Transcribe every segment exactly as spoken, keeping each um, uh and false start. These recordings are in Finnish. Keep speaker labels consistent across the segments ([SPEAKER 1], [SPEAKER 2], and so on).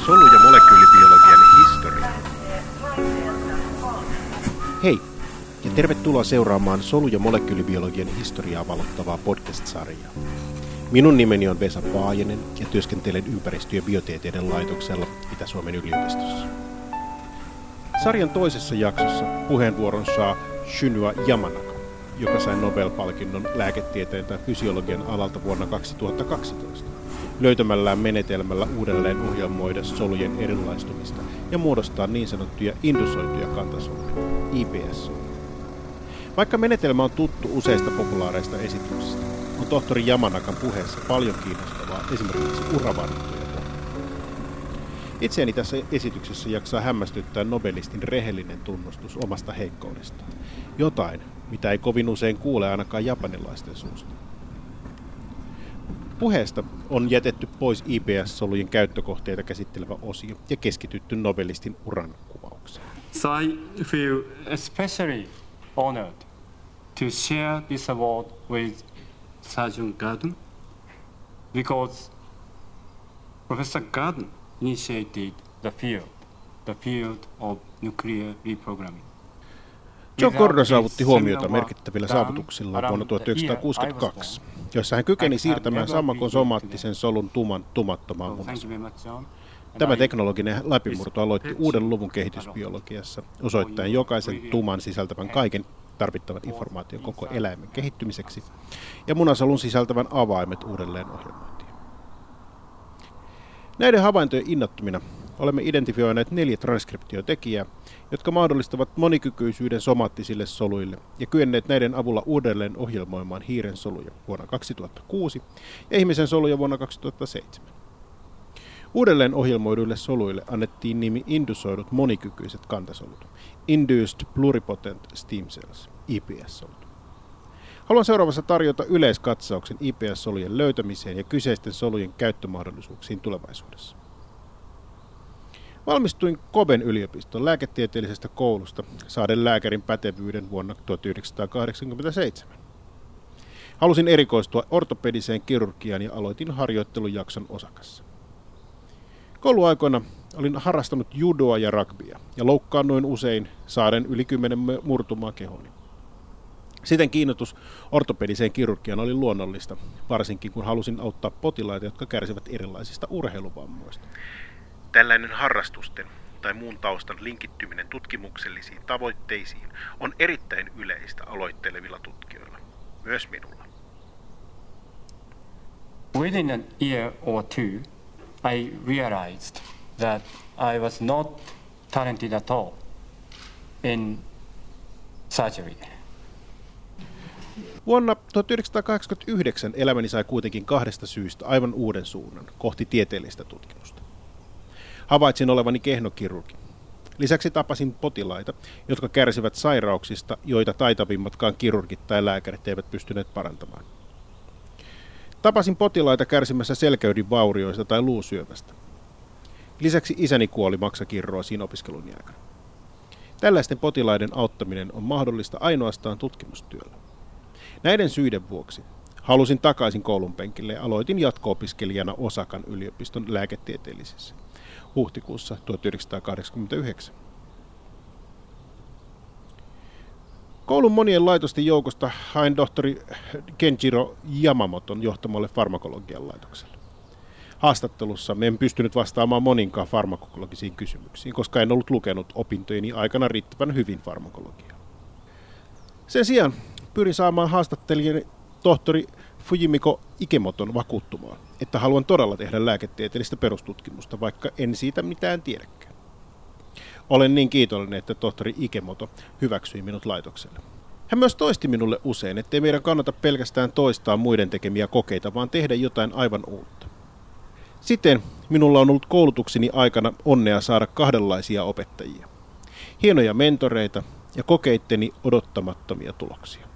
[SPEAKER 1] Solu- ja molekyylibiologian historia. Hei, ja tervetuloa seuraamaan solu- ja molekyylibiologian historiaa valottavaa podcast-sarjaa. Minun nimeni on Vesa Paajanen ja työskentelen ympäristö- ja biotieteiden laitoksella Itä-Suomen yliopistossa. Sarjan toisessa jaksossa puheenvuoron saa Shinya Yamanaka, joka sai Nobel-palkinnon lääketieteen tai fysiologian alalta vuonna kaksituhattakaksitoista, löytämällään menetelmällä uudelleen ohjelmoida solujen erilaistumista ja muodostaa niin sanottuja indusoituja kantasoluja, I P S. Vaikka menetelmä on tuttu useista populaareista esityksistä, on tohtori Yamanakan puheessa paljon kiinnostavaa esimerkiksi uravarttuja. Itseäni tässä esityksessä jaksaa hämmästyttää nobelistin rehellinen tunnustus omasta heikkoudestaan. Jotain, mitä ei kovin usein kuule ainakaan japanilaisten suusta. Puheesta on jätetty pois I P S-solujen käyttökohteita käsittelevä osio ja keskitytty nobelistin uran kuvaukseen.
[SPEAKER 2] So I feel especially honored to share this award with Sergeant Garden because Professor Garden initiated the field, the field of nuclear reprogramming.
[SPEAKER 1] John Gordon saavutti huomiota merkittävillä saavutuksillaan vuonna tuhatyhdeksänsataakuusikymmentäkaksi, jossa hän kykeni siirtämään sammakonsomaattisen solun tuman tumattomaan munasoluun. Tämä teknologinen läpimurto aloitti uuden luvun kehitysbiologiassa, osoittaen jokaisen tuman sisältävän kaiken tarvittavan informaation koko eläimen kehittymiseksi ja munasolun sisältävän avaimet uudelleen ohjelmointiin. Näiden havaintojen innottumina olemme identifioineet neljä transkriptiotekijää, jotka mahdollistavat monikykyisyyden somaattisille soluille ja kyenneet näiden avulla uudelleen ohjelmoimaan hiiren soluja vuonna kaksituhattakuusi ja ihmisen soluja vuonna kaksituhattaseitsemän. Uudelleen ohjelmoiduille soluille annettiin nimi indusoidut monikykyiset kantasolut, Induced Pluripotent Stem Cells, I P S-solut. Haluan seuraavassa tarjota yleiskatsauksen I P S-solujen löytämiseen ja kyseisten solujen käyttömahdollisuuksiin tulevaisuudessa. Valmistuin Koben yliopiston lääketieteellisestä koulusta saaden lääkärin pätevyyden vuonna tuhatyhdeksänsataakahdeksankymmentäseitsemän. Halusin erikoistua ortopediseen kirurgiaan ja aloitin harjoittelujakson Osakassa. Kouluaikoina olin harrastanut judoa ja rugbya ja loukkaannuin usein saaden yli kymmenen murtumaa kehooni. Siten kiinnostus ortopediseen kirurgiaan oli luonnollista, varsinkin kun halusin auttaa potilaita, jotka kärsivät erilaisista urheiluvammoista. Tällainen harrastusten tai muun taustan linkittyminen tutkimuksellisiin tavoitteisiin on erittäin yleistä aloittelevilla tutkijoilla, myös minulla.
[SPEAKER 2] Within an year or two, I realized that I was not talented at all in surgery.
[SPEAKER 1] Vuonna tuhatyhdeksänsataakahdeksankymmentäyhdeksän elämäni sai kuitenkin kahdesta syystä aivan uuden suunnan kohti tieteellistä tutkimusta. Havaitsin olevani kehnokirurgi. Lisäksi tapasin potilaita, jotka kärsivät sairauksista, joita taitavimmatkaan kirurgit tai lääkärit eivät pystyneet parantamaan. Tapasin potilaita kärsimässä selkäydin vaurioista tai luusyövästä. Lisäksi isäni kuoli maksakirroosiin opiskelun aikana. Tällaisten potilaiden auttaminen on mahdollista ainoastaan tutkimustyöllä. Näiden syiden vuoksi halusin takaisin koulun penkille ja aloitin jatko-opiskelijana Osakan yliopiston lääketieteellisessä huhtikuussa tuhatyhdeksänsataakahdeksankymmentäyhdeksän. Koulun monien laitosten joukosta hain tohtori Kenjiro Yamamoton johtamalle farmakologian laitokselle. Haastattelussa en pystynyt vastaamaan moninkaan farmakologisiin kysymyksiin, koska en ollut lukenut opintojeni aikana riittävän hyvin farmakologiaa. Sen sijaan pyrin saamaan haastattelijani tohtori Fujimiko Ikemoton vakuuttumaan, että haluan todella tehdä lääketieteellistä perustutkimusta, vaikka en siitä mitään tiedäkään. Olen niin kiitollinen, että tohtori Ikemoto hyväksyi minut laitokselle. Hän myös toisti minulle usein, ettei meidän kannata pelkästään toistaa muiden tekemiä kokeita, vaan tehdä jotain aivan uutta. Siten minulla on ollut koulutukseni aikana onnea saada kahdenlaisia opettajia. Hienoja mentoreita ja kokeitteni odottamattomia tuloksia.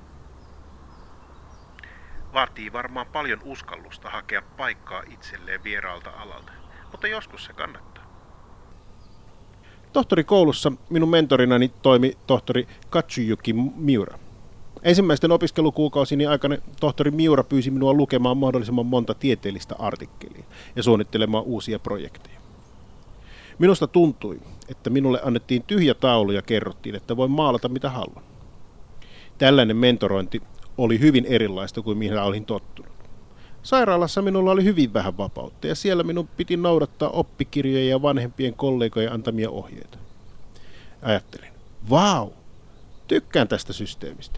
[SPEAKER 1] Vaatii varmaan paljon uskallusta hakea paikkaa itselleen vieraalta alalta, mutta joskus se kannattaa. Tohtorikoulussa minun mentorinani toimi tohtori Katsuyuki Miura. Ensimmäisten opiskelukuukausini aikana tohtori Miura pyysi minua lukemaan mahdollisimman monta tieteellistä artikkelia ja suunnittelemaan uusia projekteja. Minusta tuntui, että minulle annettiin tyhjä taulu ja kerrottiin, että voin maalata mitä haluan. Tällainen mentorointi oli hyvin erilaista kuin mihin olin tottunut. Sairaalassa minulla oli hyvin vähän vapautta ja siellä minun piti noudattaa oppikirjoja ja vanhempien kollegojen antamia ohjeita. Ajattelin, vau, tykkään tästä systeemistä.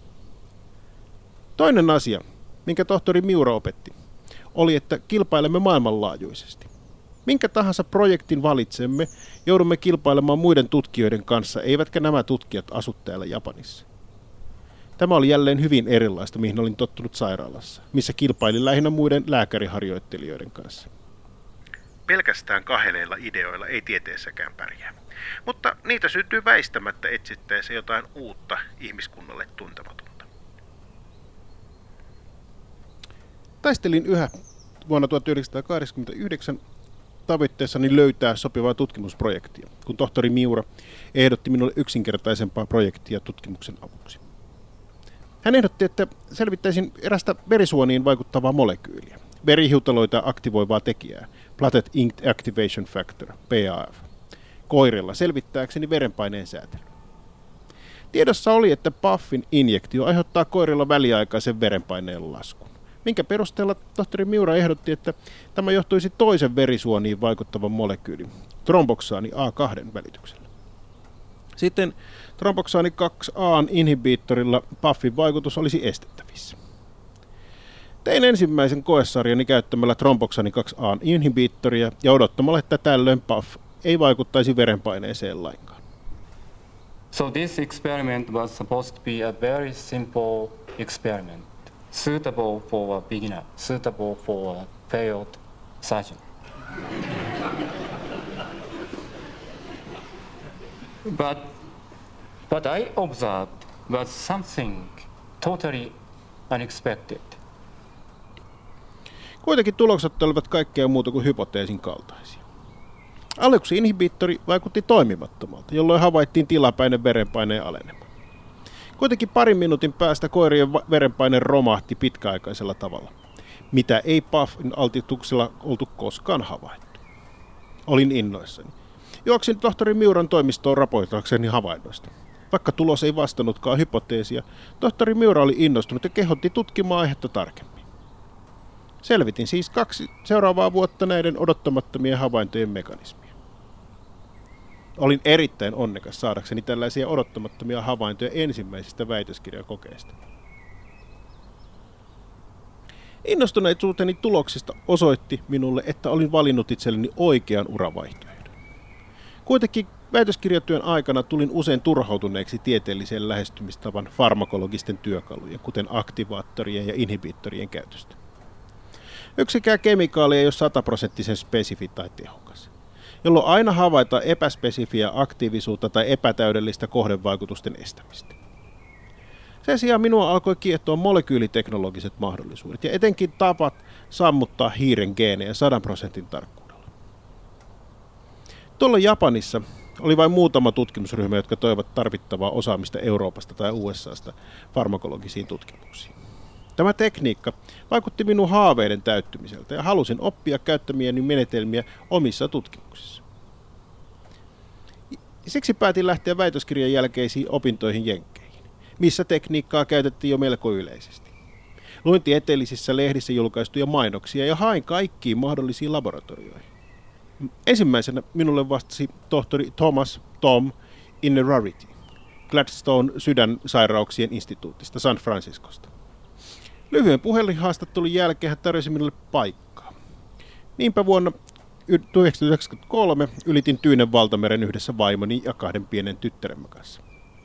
[SPEAKER 1] Toinen asia, minkä tohtori Miura opetti, oli, että kilpailemme maailmanlaajuisesti. Minkä tahansa projektin valitsemme, joudumme kilpailemaan muiden tutkijoiden kanssa, eivätkä nämä tutkijat asu täällä Japanissa. Tämä oli jälleen hyvin erilaista, mihin olin tottunut sairaalassa, missä kilpailin lähinnä muiden lääkäriharjoittelijoiden kanssa. Pelkästään kaheleilla ideoilla ei tieteessäkään pärjää, mutta niitä syntyy väistämättä etsittäessä jotain uutta ihmiskunnalle tuntematonta. Taistelin yhä vuonna tuhatyhdeksänsataakahdeksankymmentäyhdeksän tavoitteessani löytää sopivaa tutkimusprojektia, kun tohtori Miura ehdotti minulle yksinkertaisempaa projektia tutkimuksen avuksi. Hän ehdotti, että selvittäisin erästä verisuoniin vaikuttavaa molekyyliä, verihiutaloita aktivoivaa tekijää, Platelet Activation Factor, P A F, koirilla selvittääkseni verenpaineen säätely. Tiedossa oli, että P A Fin injektio aiheuttaa koirilla väliaikaisen verenpaineen laskun, minkä perusteella tohtori Miura ehdotti, että tämä johtuisi toisen verisuoniin vaikuttavan molekyylin, tromboksaani A kaksi välityksellä. Sitten tromboksaani kaksi A inhibiittorilla P A Fin vaikutus olisi estettävissä. Tein ensimmäisen koesarjani käyttämällä tromboksaani kaksi A inhibiittoria ja odottamalla, että tällöin P A F ei vaikuttaisi verenpaineeseen lainkaan.
[SPEAKER 2] So this experiment was supposed to be a very simple experiment, suitable for a beginner, suitable for a failed surgeon. But what I observed was something totally unexpected.
[SPEAKER 1] Kuitenkin tulokset olivat kaikkea muuta kuin hypoteesin kaltaisia. Aluksi inhibiittori vaikutti toimimattomalta, jolloin havaittiin tilapäinen verenpaineen alenema. Kuitenkin parin minuutin päästä koirien verenpaine romahti pitkäaikaisella tavalla, mitä ei P A Fin altituksella oltu koskaan havaittu. Olin innoissani. Juoksin tohtori Miuran toimistoon raportoidakseni havainnoista. Vaikka tulos ei vastannutkaan hypoteesia, tohtori Miura oli innostunut ja kehotti tutkimaan aihetta tarkemmin. Selvitin siis kaksi seuraavaa vuotta näiden odottamattomien havaintojen mekanismia. Olin erittäin onnekas saadakseni tällaisia odottamattomia havaintoja ensimmäisistä väitöskirjakokeista. Innostuneisuuteni tuloksista osoitti minulle, että olin valinnut itselleni oikean uravaihtoehdon. Kuitenkin väitöskirjatyön aikana tulin usein turhautuneeksi tieteelliseen lähestymistavan farmakologisten työkalujen, kuten aktivaattorien ja inhibiittorien käytöstä. Yksikään kemikaali ei ole sataprosenttisen spesifi tai tehokas, jolloin aina havaitaan epäspesifiä aktiivisuutta tai epätäydellistä kohdevaikutusten estämistä. Sen sijaan minua alkoi kiehtoa molekyyliteknologiset mahdollisuudet ja etenkin tapat sammuttaa hiiren geenejä sadan prosentin tarkkuudella. Tuolla Japanissa oli vain muutama tutkimusryhmä, jotka toivat tarvittavaa osaamista Euroopasta tai U S A:sta farmakologisiin tutkimuksiin. Tämä tekniikka vaikutti minun haaveiden täyttymiseltä ja halusin oppia käyttämieni menetelmiä omissa tutkimuksissa. Siksi päätin lähteä väitöskirjan jälkeisiin opintoihin Jenkkeihin, missä tekniikkaa käytettiin jo melko yleisesti. Luin tieteellisissä lehdissä julkaistuja mainoksia ja hain kaikkiin mahdollisiin laboratorioihin. Ensimmäisenä minulle vastasi tohtori Thomas Tom Innerarity Gladstone sydänsairauksien instituutista San Franciscosta. Lyhyen puhelinhaastattelun jälkeen hän tarjosi minulle paikkaa. Niinpä vuonna tuhatyhdeksänsataayhdeksänkymmentäkolme ylitin Tyynen valtameren yhdessä vaimoni ja kahden pienen tyttäremme kanssa.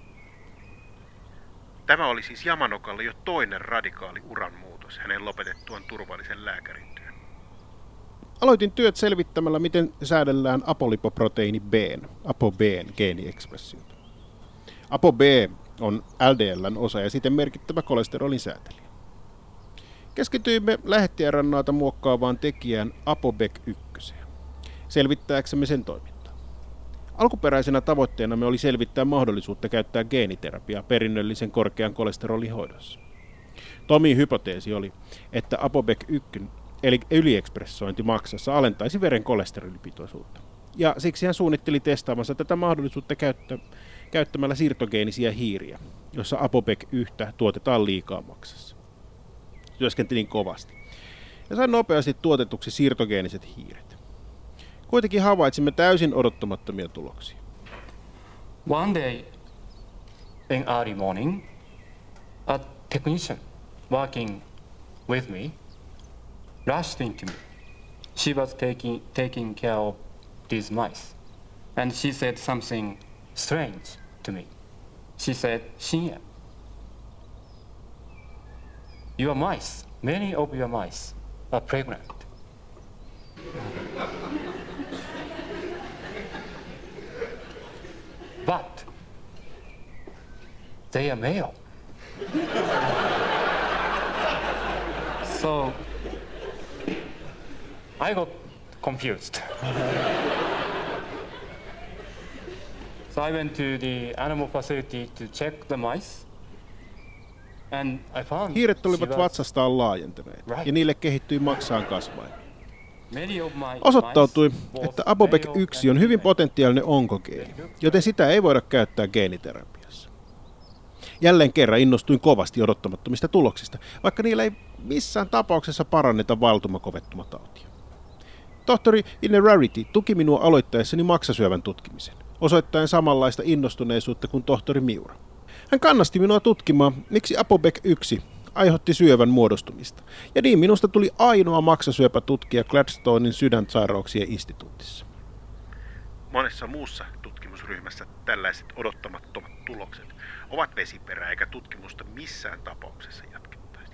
[SPEAKER 1] Tämä oli siis Yamanokalle jo toinen radikaali uranmuutos hänen lopetettuaan turvallisen lääkärin työn. Aloitin työt selvittämällä, miten säädellään apolipoproteiini B:n, ApoB:n geeniekspressiota. ApoB on L D L:n osa ja siten merkittävä kolesterolin säätelijä. Keskityimme lähettiär-R N A:ta muokkaavaan tekijään ApoBec yksi, selvittääksemme sen toimintaa. Alkuperäisenä tavoitteenamme oli selvittää mahdollisuutta käyttää geeniterapiaa perinnöllisen korkean kolesterolin hoidossa. Tomin hypoteesi oli, että ApoBec yksi eli yliekspressointi maksassa alentaisi veren kolesterolipitoisuutta. Ja siksi hän suunnitteli testaamansa tätä mahdollisuutta käyttä, käyttämällä siirtogeenisiä hiiriä, jossa Apopec yksi tuotetaan liikaa maksassa. Työskentelin kovasti. Ja sain nopeasti tuotetuksi siirtogeeniset hiiret. Kuitenkin havaitsimme täysin odottamattomia tuloksia.
[SPEAKER 2] One day in early morning, a technician working with me rushed into me. She was taking, taking care of these mice. And she said something strange to me. She said, Shinya, your mice, many of your mice are pregnant. But they are male. So I got confused. So I went to the animal facility to check the mice. And I found
[SPEAKER 1] Hiiret olivat vatsastaan laajentuneet, ja niille kehittyi maksaan kasvain. Osoittautui, että Apopec yksi on hyvin potentiaalinen onkogeeni, joten sitä ei voida käyttää geeniterapiassa. Jälleen kerran innostuin kovasti odottamattomista tuloksista, vaikka niillä ei missään tapauksessa paranneta valtumakovettumatautia. Tohtori Inerarity tuki minua aloittaessani maksasyövän tutkimisen, osoittaen samanlaista innostuneisuutta kuin tohtori Miura. Hän kannasti minua tutkimaan, miksi Apopec yksi aiheutti syövän muodostumista, ja niin minusta tuli ainoa maksasyöpätutkija Gladstonein sydänsairauksien instituutissa. Monessa muussa tutkimusryhmässä tällaiset odottamattomat tulokset ovat vesiperää, eikä tutkimusta missään tapauksessa jatkettaisi.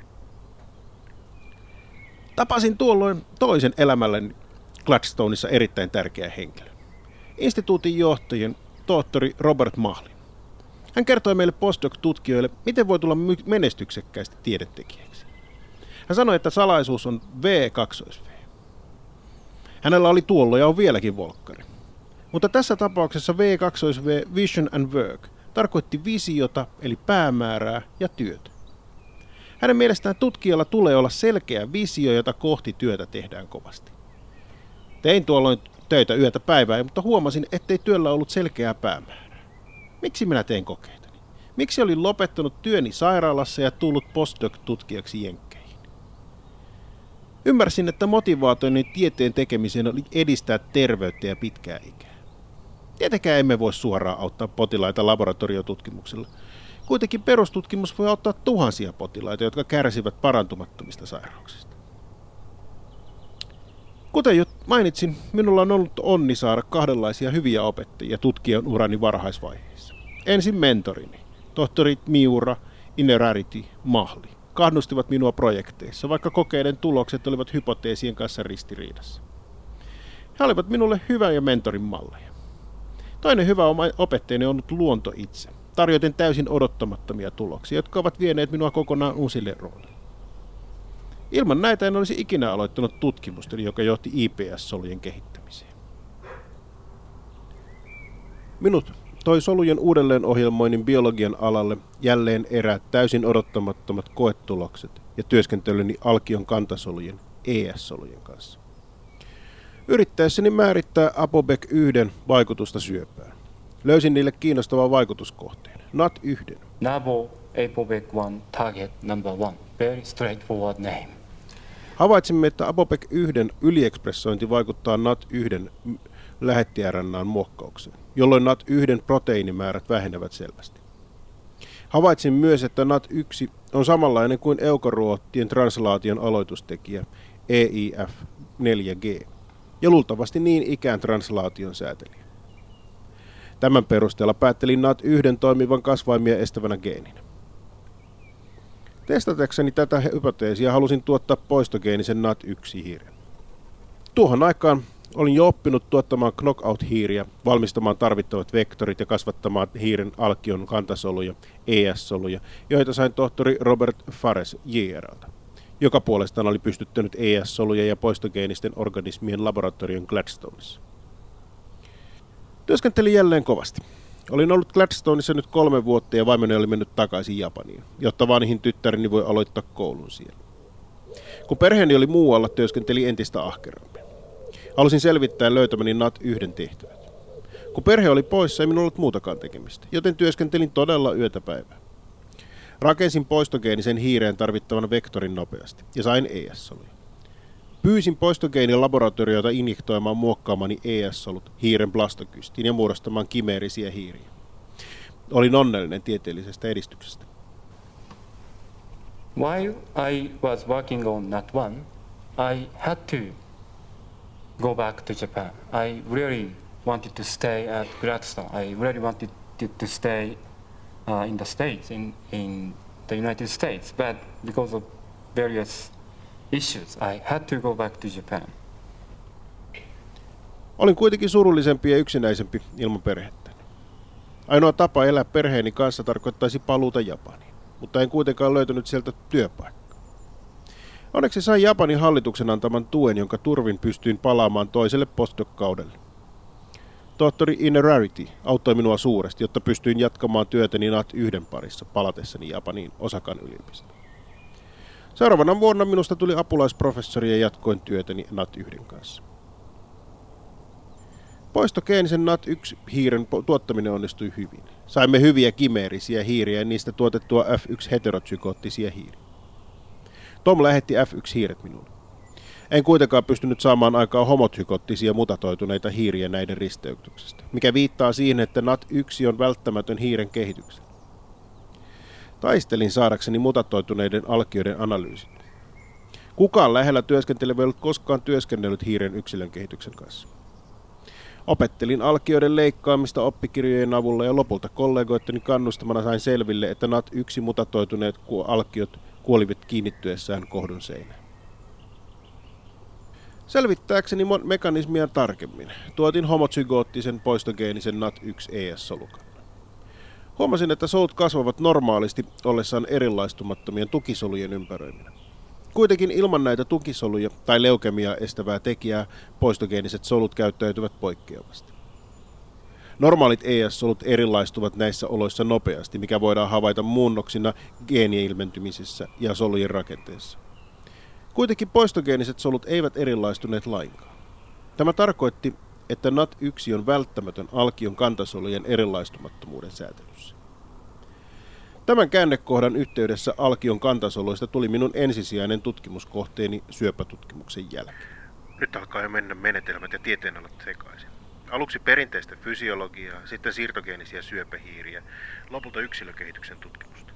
[SPEAKER 1] Tapasin tuolloin toisen elämälleni Gladstoneissa erittäin tärkeä henkilö. Instituutin johtajan tohtori Robert Mahlin. Hän kertoi meille postdoc-tutkijoille, miten voi tulla menestyksekkäästi tiedetekijäksi. Hän sanoi, että salaisuus on V kaksi V. Hänellä oli tuolloin ja on vieläkin volkkari. Mutta tässä tapauksessa V kaksi V Vision and Work tarkoitti visiota eli päämäärää ja työtä. Hänen mielestään tutkijalla tulee olla selkeä visio, jota kohti työtä tehdään kovasti. Tein tuolloin töitä yötä päivää, mutta huomasin, ettei työllä ollut selkeää päämäärää. Miksi minä tein kokeitani? Miksi olin lopettanut työni sairaalassa ja tullut postdoc-tutkijaksi Jenkkeihin? Ymmärsin, että motivaationi tieteen tekemiseen oli edistää terveyttä ja pitkää ikää. Tietenkään emme voi suoraan auttaa potilaita laboratoriotutkimuksella. Kuitenkin perustutkimus voi auttaa tuhansia potilaita, jotka kärsivät parantumattomista sairauksista. Kuten jo mainitsin, minulla on ollut onni saada kahdenlaisia hyviä opettajia tutkijan urani varhaisvaiheessa. Ensin mentorini, tohtori Miura, Inerarity, Mahli, kannustivat minua projekteissa, vaikka kokeiden tulokset olivat hypoteesien kanssa ristiriidassa. He olivat minulle hyvä ja mentorin malleja. Toinen hyvä opettajani on ollut luonto itse, tarjoten täysin odottamattomia tuloksia, jotka ovat vieneet minua kokonaan uusille roolille. Ilman näitä en olisi ikinä aloittanut tutkimusta, joka johti I P S-solujen kehittämiseen. Minut toi solujen uudelleenohjelmoinnin biologian alalle jälleen eräät täysin odottamattomat koetulokset ja työskentelyni alkion kantasolujen E S-solujen kanssa. Yrittäessäni määrittää Apopec yksi vaikutusta syöpään. Löysin niille kiinnostavan vaikutuskohteen, N A T yksi.
[SPEAKER 2] Nabo Apopec yksi target number one. Very straightforward name.
[SPEAKER 1] Havaitsimme, että Apopec yksi yliekspressointi vaikuttaa N A T yksi lähetti-R N A:n muokkaukseen, jolloin N A T yksi proteiinimäärät vähenevät selvästi. Havaitsin myös, että N A T yksi on samanlainen kuin eukaroottien translaation aloitustekijä E I F neljä G ja luultavasti niin ikään translaation säätelijä. Tämän perusteella päättelin N A T yksi toimivan kasvaimia estävänä geeninä. Testatakseni tätä hypoteesia halusin tuottaa poistogeenisen N A T yksi hiiren. Tuohon aikaan olin jo oppinut tuottamaan knockout-hiiriä, valmistamaan tarvittavat vektorit ja kasvattamaan hiiren alkion kantasoluja, E S-soluja, joita sain tohtori Robert Fares J R:ltä, joka puolestaan oli pystyttänyt E S-soluja ja poistogeenisten organismien laboratorion Gladstoneissa. Työskentelin jälleen kovasti. Olin ollut Gladstoneissa nyt kolme vuotta ja vaimoni oli mennyt takaisin Japaniin, jotta vanhin tyttäreni voi aloittaa koulun siellä. Kun perheeni oli muualla, työskenteli entistä ahkerammin. Halusin selvittää löytämäni N A T yksi tehtävät. Kun perhe oli poissa, ei minulla ollut muutakaan tekemistä, joten työskentelin todella yötä päivää. Rakensin poistogeenisen hiireen tarvittavan vektorin nopeasti ja sain E S-soluja. Pyysin poistogeenin laboratoriota injektoimaan muokkaamani E S-solut hiiren blastokystiin ja muodostamaan kimeerisiä hiiriä. Olin onnellinen tieteellisestä edistyksestä.
[SPEAKER 2] While I was working on N A T one, I had to go back to Japan. I really wanted to stay at Gladstone. I really wanted to, to stay uh, in the States, in, in the United States, but because of various issues, I had to go back to Japan.
[SPEAKER 1] Olin kuitenkin surullisempi ja yksinäisempi ilman perhettä. Ainoa tapa elää perheeni kanssa tarkoittaisi paluuta Japaniin, mutta en kuitenkaan löytänyt sieltä työpaikkaa. Onneksi sain Japanin hallituksen antaman tuen, jonka turvin pystyin palaamaan toiselle postdoc-kaudelle. Tohtori Innerarity auttoi minua suuresti, jotta pystyin jatkamaan työtäni N A T yksi parissa palatessani Japaniin Osakan yliopistoon. Seuraavana vuonna minusta tuli apulaisprofessori ja jatkoin työtäni N A T yksi kanssa. Poistogeenisen N A T yksi hiiren tuottaminen onnistui hyvin. Saimme hyviä kimeerisiä hiiriä ja niistä tuotettua F yksi heterozygoottisia hiiriä. Tom lähetti F yksi hiiret minulle. En kuitenkaan pystynyt saamaan aikaan homozygoottisia mutatoituneita hiiriä näiden risteytyksestä, mikä viittaa siihen, että N A T yksi on välttämätön hiiren kehityksen. Taistelin saadakseni mutatoituneiden alkioiden analyysit. Kukaan lähellä työskentelevä ei ollut koskaan työskennellyt hiiren yksilön kehityksen kanssa. Opettelin alkioiden leikkaamista oppikirjojen avulla ja lopulta kollegoitteni kannustamana sain selville, että N A T yksi mutatoituneet alkiot kuolivat kiinnittyessään kohdun seinään. Selvittääkseni mekanismia tarkemmin, tuotin homozygoottisen poistogeenisen N A T yksi E S-solukannan. Huomasin, että solut kasvavat normaalisti ollessaan erilaistumattomien tukisolujen ympäröiminä. Kuitenkin ilman näitä tukisoluja tai leukemiaa estävää tekijää poistogeeniset solut käyttäytyvät poikkeavasti. Normaalit E S-solut erilaistuvat näissä oloissa nopeasti, mikä voidaan havaita muunnoksina geenien ilmentymisessä ja solujen rakenteessa. Kuitenkin poistogeeniset solut eivät erilaistuneet lainkaan. Tämä tarkoitti, että N A T yksi on välttämätön alkion kantasolujen erilaistumattomuuden säätelyssä. Tämän käännekohdan yhteydessä alkion kantasoluista tuli minun ensisijainen tutkimuskohteeni syöpätutkimuksen jälkeen. Nyt alkaa jo mennä menetelmät ja tieteenalat sekaisin. Aluksi perinteistä fysiologiaa, sitten siirtogeenisiä syöpähiiriä, lopulta yksilökehityksen tutkimusta.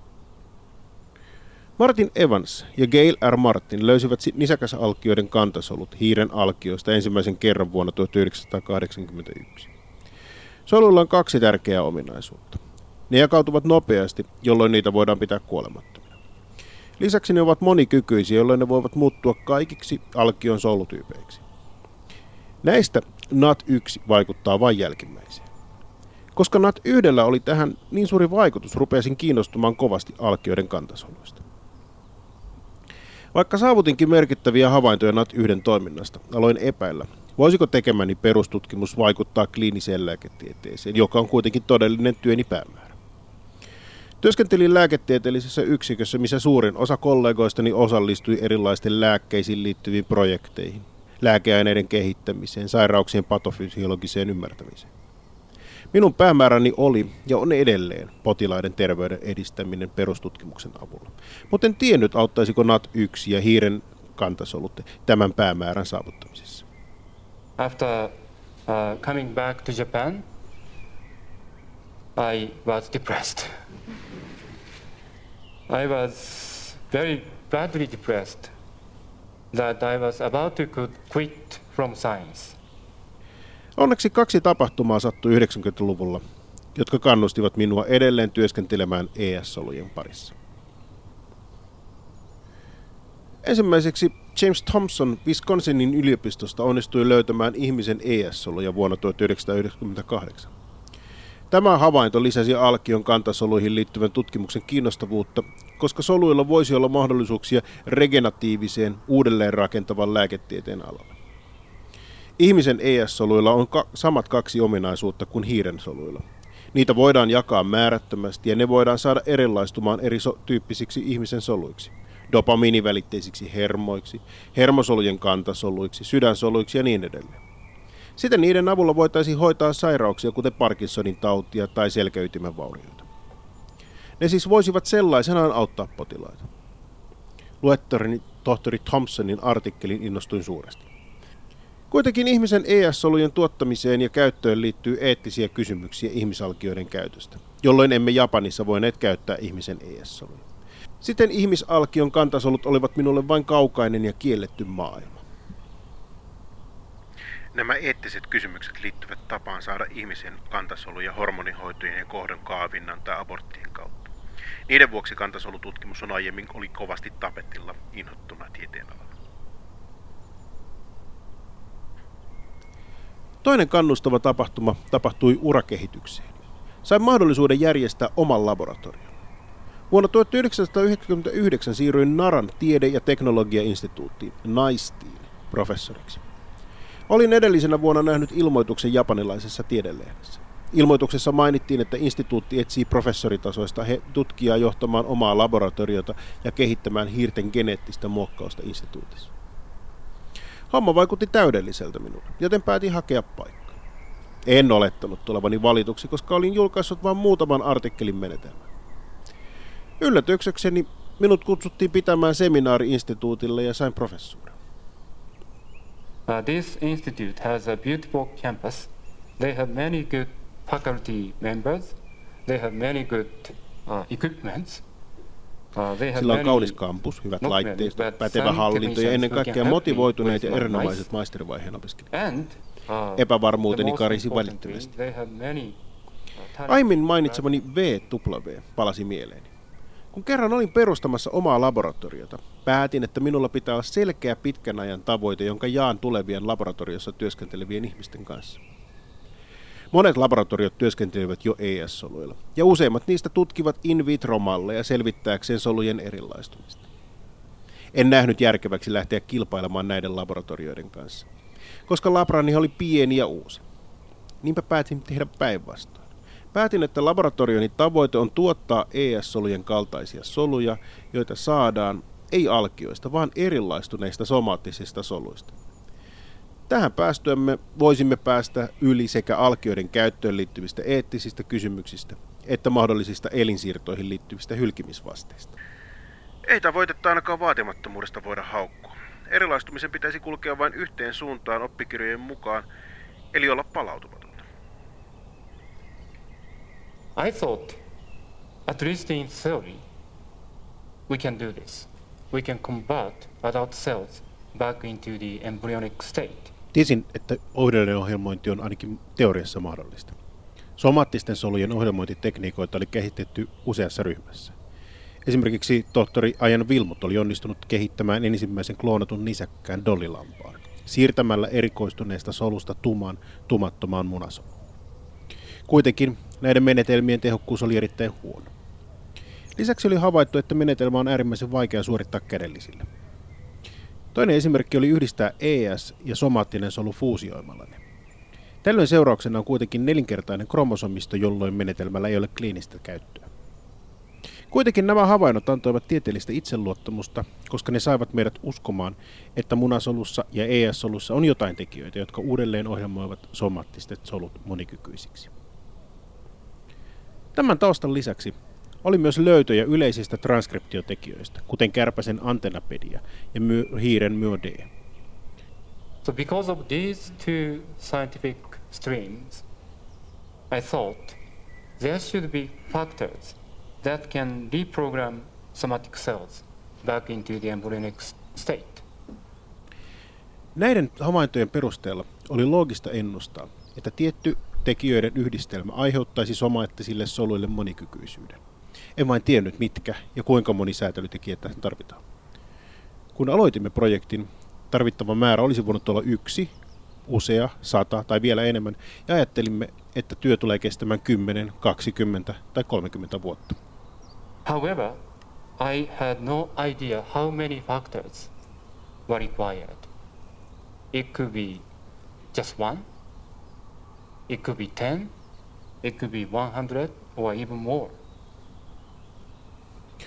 [SPEAKER 1] Martin Evans ja Gail R. Martin löysivät nisäkäsalkioiden kantasolut hiiren alkioista ensimmäisen kerran vuonna tuhatyhdeksänsataakahdeksankymmentäyksi. Soluilla on kaksi tärkeää ominaisuutta. Ne jakautuvat nopeasti, jolloin niitä voidaan pitää kuolemattomina. Lisäksi ne ovat monikykyisiä, jolloin ne voivat muuttua kaikiksi alkion solutyypeiksi. Näistä N A T yksi vaikuttaa vain jälkimmäiseen. Koska N A T yksi oli tähän niin suuri vaikutus, rupesin kiinnostumaan kovasti alkioiden kantasoluista. Vaikka saavutinkin merkittäviä havaintoja N A T yksi toiminnasta, aloin epäillä, voisiko tekemäni perustutkimus vaikuttaa kliiniseen lääketieteeseen, joka on kuitenkin todellinen työni päämäärä. Työskentelin lääketieteellisessä yksikössä, missä suurin osa kollegoistani osallistui erilaisten lääkkeisiin liittyviin projekteihin, lääkeaineiden kehittämiseen, sairauksien patofysiologiseen ymmärtämiseen. Minun päämääräni oli ja on edelleen potilaiden terveyden edistäminen perustutkimuksen avulla, mutta en tiennyt auttaisiko N A T yksi ja hiiren kantasolut tämän päämäärän saavuttamisessa.
[SPEAKER 2] After uh, coming back to Japan, I was depressed. I was very badly depressed that I was about to quit from science.
[SPEAKER 1] Onneksi kaksi tapahtumaa sattui yhdeksänkymmentäluvulla, jotka kannustivat minua edelleen työskentelemään E S-solujen parissa. Ensimmäiseksi James Thompson Wisconsinin yliopistosta onnistui löytämään ihmisen E S-soluja vuonna tuhatyhdeksänsataayhdeksänkymmentäkahdeksan. Tämä havainto lisäsi alkion kantasoluihin liittyvän tutkimuksen kiinnostavuutta, koska soluilla voisi olla mahdollisuuksia regeneratiiviseen, uudelleen rakentavan lääketieteen alalla. Ihmisen E S-soluilla on ka- samat kaksi ominaisuutta kuin hiiren soluilla. Niitä voidaan jakaa määrättömästi ja ne voidaan saada erilaistumaan eri so- tyyppisiksi ihmisen soluiksi, dopamiinivälitteisiksi hermoiksi, hermosolujen kantasoluiksi, sydänsoluiksi ja niin edelleen. Siten niiden avulla voitaisiin hoitaa sairauksia, kuten Parkinsonin tautia tai selkäytimen vaurioita. Ne siis voisivat sellaisenaan auttaa potilaita. Luettelin tohtori Thompsonin artikkelin innostuin suuresti. Kuitenkin ihmisen E S-solujen tuottamiseen ja käyttöön liittyy eettisiä kysymyksiä ihmisalkioiden käytöstä, jolloin emme Japanissa voineet käyttää ihmisen E S-soluja. Siten ihmisalkion kantasolut olivat minulle vain kaukainen ja kielletty maailma. Nämä eettiset kysymykset liittyvät tapaan saada ihmisen kantasoluja hormonihoitojen ja kohdon kaavinnan tai aborttien kautta. Niiden vuoksi kantasolututkimus on aiemmin oli kovasti tapetilla inhottuna tieteenalalla. Toinen kannustava tapahtuma tapahtui urakehitykseen. Sain mahdollisuuden järjestää oman laboratorion. Vuonna tuhatyhdeksänsataayhdeksänkymmentäyhdeksän siirryin Naran tiede- ja teknologiainstituuttiin, NAISTiin, professoriksi. Olin edellisenä vuonna nähnyt ilmoituksen japanilaisessa tiedelehdessä. Ilmoituksessa mainittiin, että instituutti etsii professoritasoista tutkijaa johtamaan omaa laboratoriota ja kehittämään hiirten geneettistä muokkausta instituutissa. Homma vaikutti täydelliseltä minulle, joten päätin hakea paikkaa. En olettanut tulevani valituksi, koska olin julkaissut vain muutaman artikkelin menetelmän. Yllätyksekseni minut kutsuttiin pitämään seminaari instituutille ja sain professuurin.
[SPEAKER 2] Uh, this institute has a beautiful campus. They have many good faculty members. They have many good uh, equipments. Uh, they have
[SPEAKER 1] Sillä on
[SPEAKER 2] many,
[SPEAKER 1] kaunis kampus, hyvät laitteistot, pätevä hallinto ja ennen kaikkea motivoituneet ja erinomaiset maisterivaiheen opiskelijat.
[SPEAKER 2] And, uh,
[SPEAKER 1] Epävarmuuteni karisi välittömästi. Aiemmin mainitsemani V W palasi mieleeni. Kun kerran olin perustamassa omaa laboratoriota, päätin, että minulla pitää olla selkeä pitkän ajan tavoite, jonka jaan tulevien laboratoriossa työskentelevien ihmisten kanssa. Monet laboratoriot työskentelevät jo E S-soluilla, ja useimmat niistä tutkivat in vitro-malleja selvittääkseen solujen erilaistumista. En nähnyt järkeväksi lähteä kilpailemaan näiden laboratorioiden kanssa, koska labrani oli pieni ja uusi. Niinpä päätin tehdä päinvastoin. Päätin, että laboratorioni tavoite on tuottaa E S-solujen kaltaisia soluja, joita saadaan ei alkioista, vaan erilaistuneista somaattisista soluista. Tähän päästyämme voisimme päästä yli sekä alkioiden käyttöön liittyvistä eettisistä kysymyksistä, että mahdollisista elinsiirtoihin liittyvistä hylkimisvasteista. Ei tavoitetta ainakaan vaatimattomuudesta voida haukkua. Erilaistumisen pitäisi kulkea vain yhteen suuntaan oppikirjojen mukaan, eli olla palautumatonta.
[SPEAKER 2] I thought, at least in theory, we can do this. We can convert adult cells back into the embryonic state.
[SPEAKER 1] Tiesin, että uudelleenohjelmointi on ainakin teoriassa mahdollista. Somaattisten solujen ohjelmointitekniikoita oli kehitetty useassa ryhmässä. Esimerkiksi tohtori Ian Wilmot oli onnistunut kehittämään ensimmäisen kloonatun nisäkkään dollilampaan, siirtämällä erikoistuneesta solusta tuman tumattomaan munasoluun. Kuitenkin näiden menetelmien tehokkuus oli erittäin huono. Lisäksi oli havaittu, että menetelmä on äärimmäisen vaikea suorittaa kädellisillä. Toinen esimerkki oli yhdistää E S ja somaattinen solu fuusioimalla ne. Tällöin seurauksena on kuitenkin nelinkertainen kromosomisto, jolloin menetelmällä ei ole kliinistä käyttöä. Kuitenkin nämä havainnot antoivat tieteellistä itseluottamusta, koska ne saivat meidät uskomaan, että munasolussa ja E S-solussa on jotain tekijöitä, jotka uudelleen ohjelmoivat somaattiset solut monikykyisiksi. Tämän taustan lisäksi oli myös löytöjä yleisistä transkriptiotekijöistä, kuten kärpäsen antennapedia ja my- hiiren myode.
[SPEAKER 2] So because of these two scientific streams, I thought there should be factors that can reprogram somatic cells back into the embryonic state.
[SPEAKER 1] Näiden havaintojen perusteella oli loogista ennustaa, että tietty tekijöiden yhdistelmä aiheuttaisi somaattisille soluille monikykyisyyden. En vain tiennyt mitkä ja kuinka moni säätelytekijä tähän tarvitaan. Kun aloitimme projektin, tarvittava määrä olisi voinut olla yksi, usea, sata tai vielä enemmän, ja ajattelimme, että työ tulee kestämään kymmenen, kaksikymmentä tai kolmekymmentä vuotta.
[SPEAKER 2] However, I had no idea how many factors were required. It could be just one, it could be ten, it could be one hundred or even more.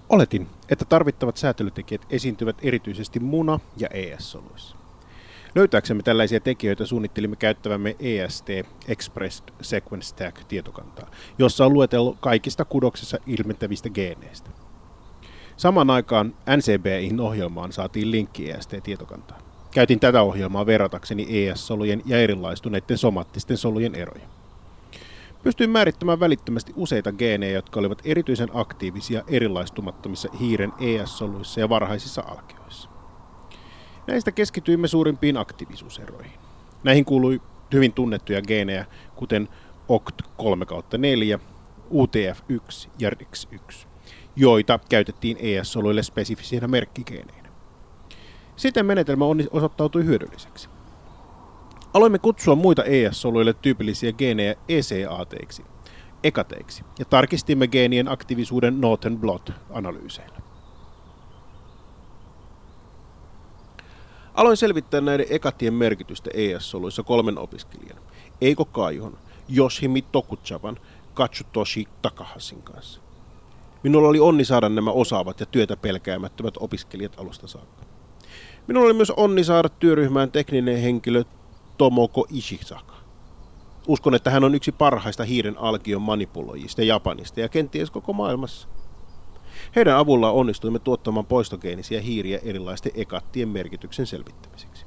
[SPEAKER 1] Oletin, että tarvittavat säätelytekijät esiintyvät erityisesti muna- ja E S-soluissa. Löytääksemme tällaisia tekijöitä suunnittelimme käyttävämme E S T Expressed Sequence Stack-tietokantaa, jossa on luetellut kaikista kudoksessa ilmentävistä geeneistä. Samaan aikaan N C B I-ohjelmaan saatiin linkki E S T-tietokantaan. Käytin tätä ohjelmaa verratakseni E S-solujen ja erilaistuneiden somaattisten solujen eroja. Pystyin määrittämään välittömästi useita geenejä, jotka olivat erityisen aktiivisia erilaistumattomissa hiiren E S-soluissa ja varhaisissa alkeoissa. Näistä keskityimme suurimpiin aktiivisuuseroihin. Näihin kuului hyvin tunnettuja geenejä, kuten O C T kolme neljä, U T F yksi ja R I X yksi, joita käytettiin E S-soluille spesifisinä merkkigeeneinä. Siten menetelmä osoittautui hyödylliseksi. Aloimme kutsua muita E S-soluille tyypillisiä geenejä E C A-teiksi, ekateiksi, ja tarkistimme geenien aktiivisuuden Northern blot-analyyseillä. Aloin selvittää näiden ekatien merkitystä E S-soluissa kolmen opiskelijan, Eiko Kaihon, Yoshimi Tokuchavan, Katsutoshi Takahasin kanssa. Minulla oli onni saada nämä osaavat ja työtä pelkäämättömät opiskelijat alusta saakka. Minulla oli myös onni saada työryhmään tekninen henkilö Tomoko Ishizaka. Uskon, että hän on yksi parhaista hiiren alkion manipuloijista Japanista ja kenties koko maailmassa. Heidän avullaan onnistuimme tuottamaan poistogeenisiä hiiriä erilaisten ekattien merkityksen selvittämiseksi.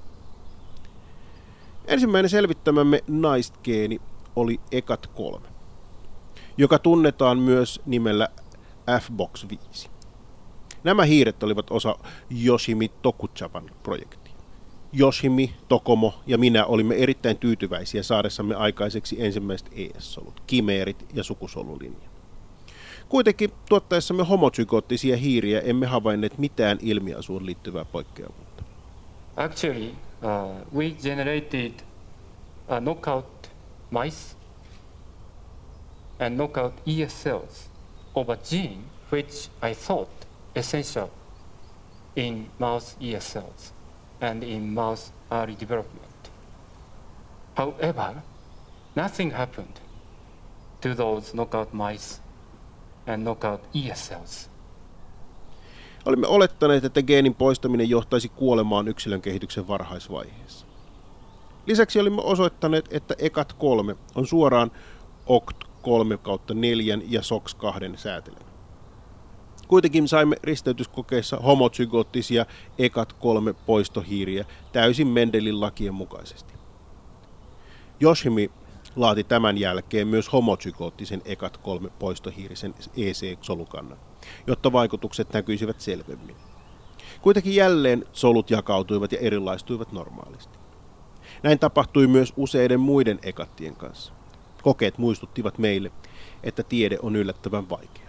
[SPEAKER 1] Ensimmäinen selvittämämme naist-geeni oli E C A T kolme, joka tunnetaan myös nimellä F B O X viisi. Nämä hiiret olivat osa Yoshimi Tokuchavan projektia. Yoshimi, Tokomo ja minä olimme erittäin tyytyväisiä saadessamme aikaiseksi ensimmäiset E S-solut, kimeerit ja sukusolulinja. Kuitenkin tuottaessamme homozygoottisia hiiriä emme havainneet mitään ilmiasuun liittyvää poikkeavuutta.
[SPEAKER 2] Actually, uh, we generated a knockout mice and knockout E S cells of a gene which I thought essential in mouse E S cells and in mouse early development. However, nothing happened to those knockout mice and knockout E S cells.
[SPEAKER 1] Olimme olettaneet, että geenin poistaminen johtaisi kuolemaan yksilön kehityksen varhaisvaiheessa. Lisäksi olimme osoittaneet, että E C A T kolme on suoraan O C T kolme neljä ja S O X kaksi säätelemä. Kuitenkin saimme risteytyskokeissa homozygoottisia E C A T kolme poistohiiriä täysin Mendelin lakien mukaisesti. Yoshimi laati tämän jälkeen myös homozygoottisen E C A T kolme poistohiirisen E C-solukannan, jotta vaikutukset näkyisivät selvemmin. Kuitenkin jälleen solut jakautuivat ja erilaistuivat normaalisti. Näin tapahtui myös useiden muiden ekattien kanssa. Kokeet muistuttivat meille, että tiede on yllättävän vaikea.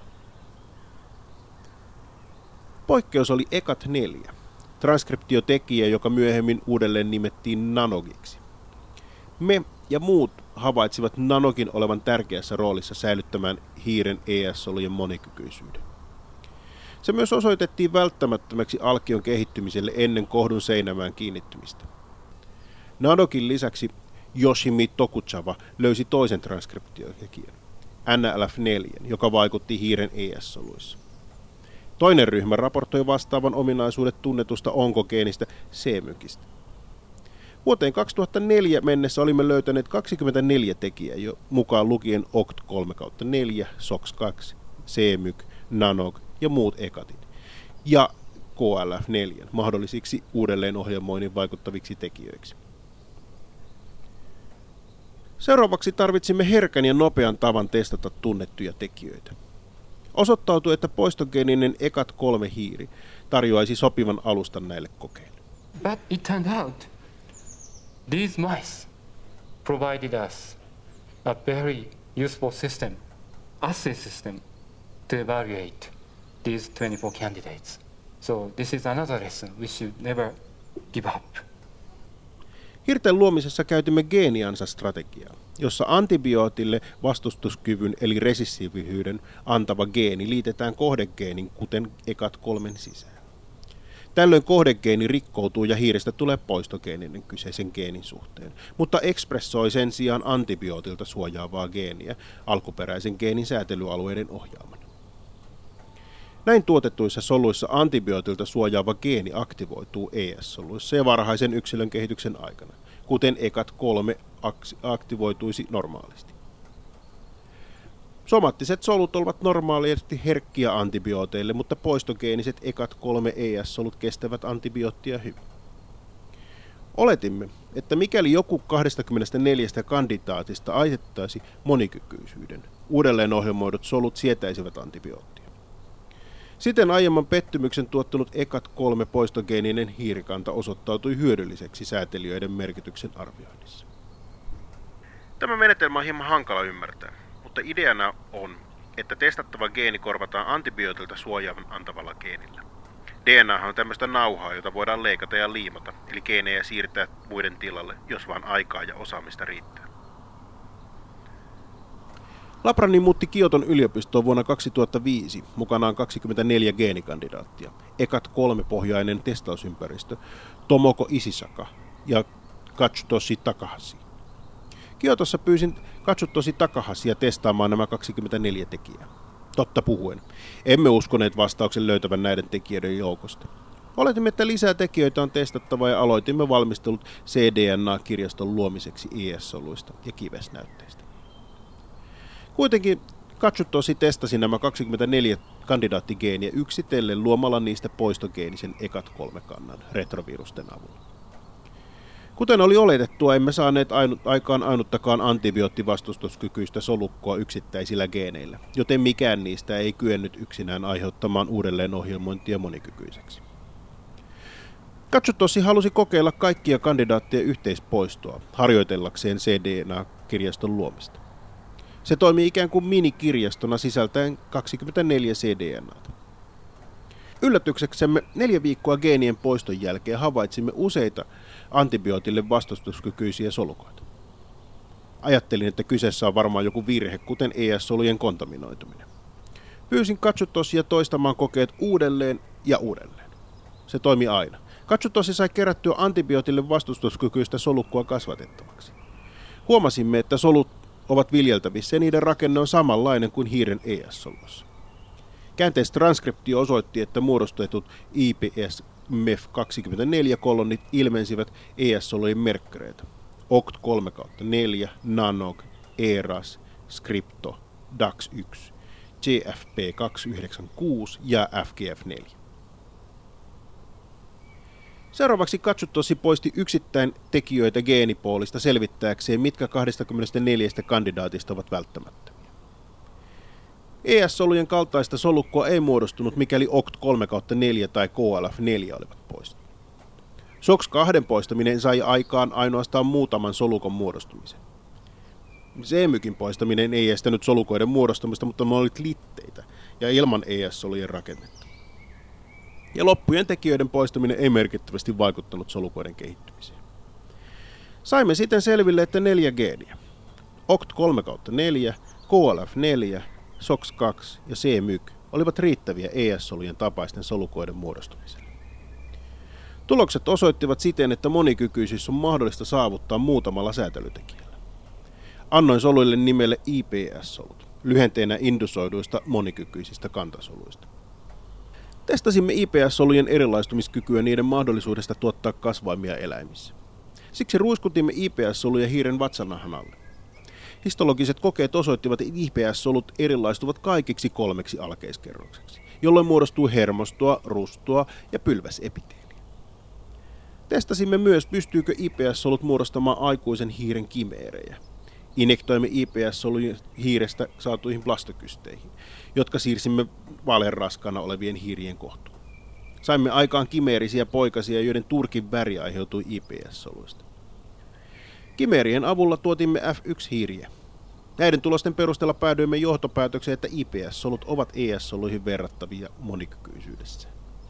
[SPEAKER 1] Poikkeus oli E C A T neljä, transkriptiotekijä, joka myöhemmin uudelleen nimettiin nanogiksi. Me ja muut havaitsivat nanogin olevan tärkeässä roolissa säilyttämään hiiren E S-solujen monikykyisyyden. Se myös osoitettiin välttämättömäksi alkion kehittymiselle ennen kohdun seinämään kiinnittymistä. Nanogin lisäksi Yoshimi Tokuchava löysi toisen transkriptiotekijän, N L F neljä, joka vaikutti hiiren E S-soluissa. Toinen ryhmä raportoi vastaavan ominaisuudet tunnetusta onkogeenistä C-mykistä. Vuoteen kaksituhattaneljä mennessä olimme löytäneet kaksikymmentäneljä tekijää, jo mukaan lukien O C T kolme neljä, S O X kaksi, C-myk, nanog ja muut ekatit, ja K L F neljä mahdollisiksi uudelleenohjelmoinnin vaikuttaviksi tekijöiksi. Seuraavaksi tarvitsimme herkän ja nopean tavan testata tunnettuja tekijöitä. Osoittautui, että poistogeeninen E C A T kolme hiiri tarjoaisi sopivan alustan näille kokeille.
[SPEAKER 2] But it turned out these mice provided us a very useful system, assay system, to evaluate these twenty-four candidates. So this is another lesson we should never give up.
[SPEAKER 1] Hiirten luomisessa käytimme geeniansa-strategiaa, jossa antibiootille vastustuskyvyn eli resistiiviyden antava geeni liitetään kohdegeenin, kuten E C A T kolme sisään. Tällöin kohdegeeni rikkoutuu ja hiirestä tulee poistogeeninen kyseisen geenin suhteen, mutta ekspressoi sen sijaan antibiootilta suojaavaa geeniä alkuperäisen geenin säätelyalueiden ohjaamana. Näin tuotetuissa soluissa antibiootilta suojaava geeni aktivoituu E S-soluissa ja varhaisen yksilön kehityksen aikana, kuten E C A T kolme aktivoituisi normaalisti. Somaattiset solut ovat normaalisti herkkiä antibiooteille, mutta poistogeeniset E C A T kolme E S-solut kestävät antibioottia hyvin. Oletimme, että mikäli joku kaksikymmentäneljä kandidaatista aiheuttaisi monikykyisyyden, uudelleenohjelmoidut solut sietäisivät antibioottia. Siten aiemman pettymyksen tuottanut E C A T kolme poistogeeninen hiirikanta osoittautui hyödylliseksi säätelijöiden merkityksen arvioinnissa. Tämä menetelmä on hieman hankala ymmärtää, mutta ideana on, että testattava geeni korvataan antibiootilta suojaavan antavalla geenillä. D N A on tämmöistä nauhaa, jota voidaan leikata ja liimata, eli geenejä siirtää muiden tilalle, jos vaan aikaa ja osaamista riittää. Labrani muutti Kioton yliopistoon vuonna kaksituhattaviisi, mukanaan kaksikymmentäneljä geenikandidaattia, E C A T kolme pohjainen testausympäristö, Tomoko Isisaka ja Katsutoshi Takahashi. Kiotossa pyysin Katsutoshi Takahasia testaamaan nämä kaksikymmentäneljä tekijää. Totta puhuen, emme uskoneet vastauksen löytävän näiden tekijöiden joukosta. Oletimme, että lisää tekijöitä on testattava ja aloitimme valmistelut cDNA-kirjaston luomiseksi I S-soluista ja kivesnäytteistä. Kuitenkin Katsutoshi testasi nämä kaksikymmentäneljä kandidaattigeeniä yksitellen luomalla niistä poistogeenisen E C A T kolme kannan retrovirusten avulla. Kuten oli oletettua, emme saaneet ainut, aikaan ainuttakaan antibioottivastustuskykyistä solukkoa yksittäisillä geeneillä, joten mikään niistä ei kyennyt yksinään aiheuttamaan uudelleenohjelmointia monikykyiseksi. Katsutoshi halusi kokeilla kaikkia kandidaatteja yhteispoistoa harjoitellakseen cDNA-kirjaston luomista. Se toimi ikään kuin minikirjastona sisältäen kaksikymmentäneljä cDNAta. Yllätykseksemme neljä viikkoa geenien poiston jälkeen havaitsimme useita antibiootille vastustuskykyisiä solukoita. Ajattelin, että kyseessä on varmaan joku virhe, kuten E S-solujen kontaminoituminen. Pyysin Katsutoshia toistamaan kokeet uudelleen ja uudelleen. Se toimi aina. Katsutoshi sai kerättyä antibiootille vastustuskykyistä solukkoa kasvatettavaksi. Huomasimme, että solut ovat viljeltävissä ja niiden rakenne on samanlainen kuin hiiren E S-soluissa. Käänteistranskriptio osoitti, että muodostetut I P S M E F kaksikymmentäneljä-kolonnit ilmensivät E S-solujen merkkereitä. O C T kolme neljä, Nanog, E R A S, Scripto, D A X yksi, G F P kaksisataayhdeksänkymmentäkuusi ja F G F neljä. Seuraavaksi Katsutoshi poisti yksittäin tekijöitä geenipoolista selvittääkseen, mitkä kaksikymmentäneljä kandidaatista ovat välttämättömiä. E S-solujen kaltaista solukkoa ei muodostunut, mikäli O C T kolme neljä tai K L F neljä olivat pois. S O X kaksi poistaminen sai aikaan ainoastaan muutaman solukon muodostumisen. C M Y K:n poistaminen ei estänyt solukoiden muodostumista, mutta ne olivat litteitä ja ilman E S-solujen rakennetta. Ja loppujen tekijöiden poistaminen ei merkittävästi vaikuttanut solukoiden kehittymiseen. Saimme sitten selville, että neljä geeniä, O C T kolme neljä, K L F neljä, S O X kaksi ja C M Y K olivat riittäviä E S-solujen tapaisten solukoiden muodostumiselle. Tulokset osoittivat siten, että monikykyisyys on mahdollista saavuttaa muutamalla säätelytekijällä. Annoin soluille nimelle I P S-solut, lyhenteenä indusoiduista monikykyisistä kantasoluista. Testasimme I P S-solujen erilaistumiskykyä niiden mahdollisuudesta tuottaa kasvaimia eläimissä. Siksi ruiskutimme I P S-soluja hiiren vatsanahan alle. Histologiset kokeet osoittivat, että I P S-solut erilaistuvat kaikiksi kolmeksi alkeiskerrokseksi, jolloin muodostuu hermostoa, rustoa ja pylväsepiteeliä. Testasimme myös, pystyykö I P S-solut muodostamaan aikuisen hiiren kimeerejä. Injektoimme I P S-solujen hiirestä saatuihin blastokysteihin, jotka siirsimme vaaleanraskaana olevien hiirien kohtuun. Saimme aikaan kimeerisiä poikasia, joiden turkin väri aiheutui I P S-soluista. Kimeerien avulla tuotimme F yksi hiiriä. Näiden tulosten perusteella päädyimme johtopäätökseen, että I P S-solut ovat E S-soluihin verrattavia monikykyisyydessä.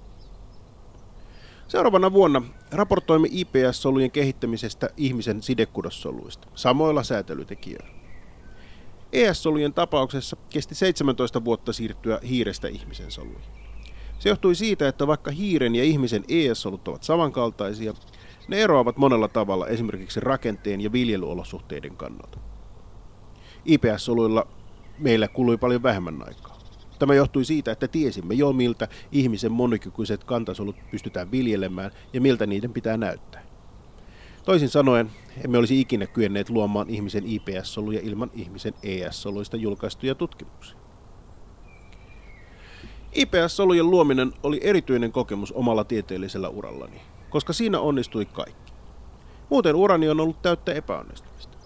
[SPEAKER 1] Seuraavana vuonna raportoimme I P S-solujen kehittämisestä ihmisen sidekudossoluista, samoilla säätelytekijöillä. E S-solujen tapauksessa kesti seitsemäntoista vuotta siirtyä hiirestä ihmisen soluihin. Se johtui siitä, että vaikka hiiren ja ihmisen E S-solut ovat samankaltaisia, ne eroavat monella tavalla esimerkiksi rakenteen ja viljelyolosuhteiden kannalta. I P S-soluilla meillä kului paljon vähemmän aikaa. Tämä johtui siitä, että tiesimme jo miltä ihmisen monikykyiset kantasolut pystytään viljelemään ja miltä niiden pitää näyttää. Toisin sanoen, emme olisi ikinä kyenneet luomaan ihmisen I P S-soluja ilman ihmisen E S-soluista julkaistuja tutkimuksia. I P S-solujen luominen oli erityinen kokemus omalla tieteellisellä urallani, koska siinä onnistui kaikki. Muuten urani on ollut täyttä epäonnistumista.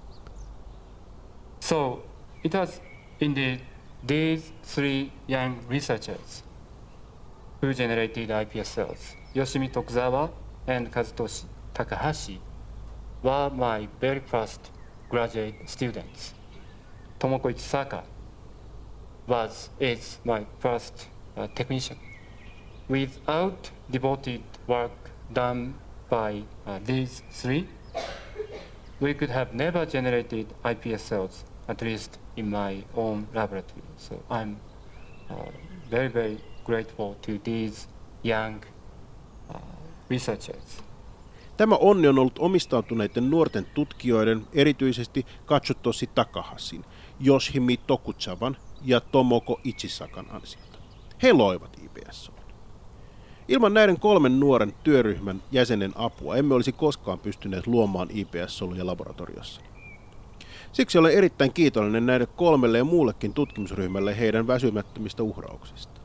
[SPEAKER 2] So, it was indeed these three young researchers who generated I P S cells. Yoshimi Tokuzawa and Kazutoshi Takahashi were my very first graduate students. Tomoko Ichisaka was is my first uh, technician. Without devoted work done by uh, these three, we could have never generated I P S cells, at least in my own laboratory. So I'm uh, very, very grateful to these young uh, researchers.
[SPEAKER 1] Tämä onni on ollut omistautuneiden nuorten tutkijoiden, erityisesti Katsutoshi Takahashin, Yoshimi Tokuzawan ja Tomoko Ichisakan ansiota. He loivat I P S-solut. Ilman näiden kolmen nuoren työryhmän jäsenen apua emme olisi koskaan pystyneet luomaan I P S-soluja laboratoriossa. Siksi olen erittäin kiitollinen näille kolmelle ja muullekin tutkimusryhmälle heidän väsymättömistä uhrauksista.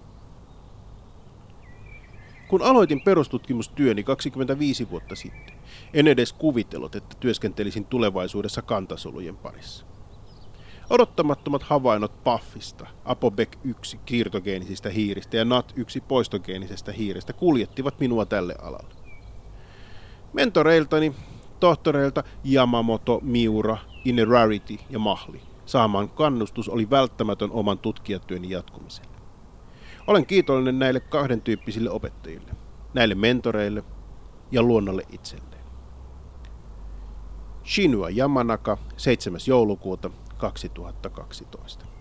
[SPEAKER 1] Kun aloitin perustutkimustyöni kaksikymmentäviisi vuotta sitten, en edes kuvitellut, että työskentelisin tulevaisuudessa kantasolujen parissa. Odottamattomat havainnot Puffista, ApoBec yksi kiirtogeenisistä hiiristä ja N A T yksi poistogeenisestä hiirestä kuljettivat minua tälle alalle. Mentoreiltani, tohtoreilta Yamamoto, Miura, Inerarity ja Mahli saamaan kannustus oli välttämätön oman tutkijatyöni jatkumiselle. Olen kiitollinen näille kahden tyyppisille opettajille, näille mentoreille ja luonnolle itselleen. Shinua Yamanaka, seitsemäs joulukuuta kaksituhattakaksitoista.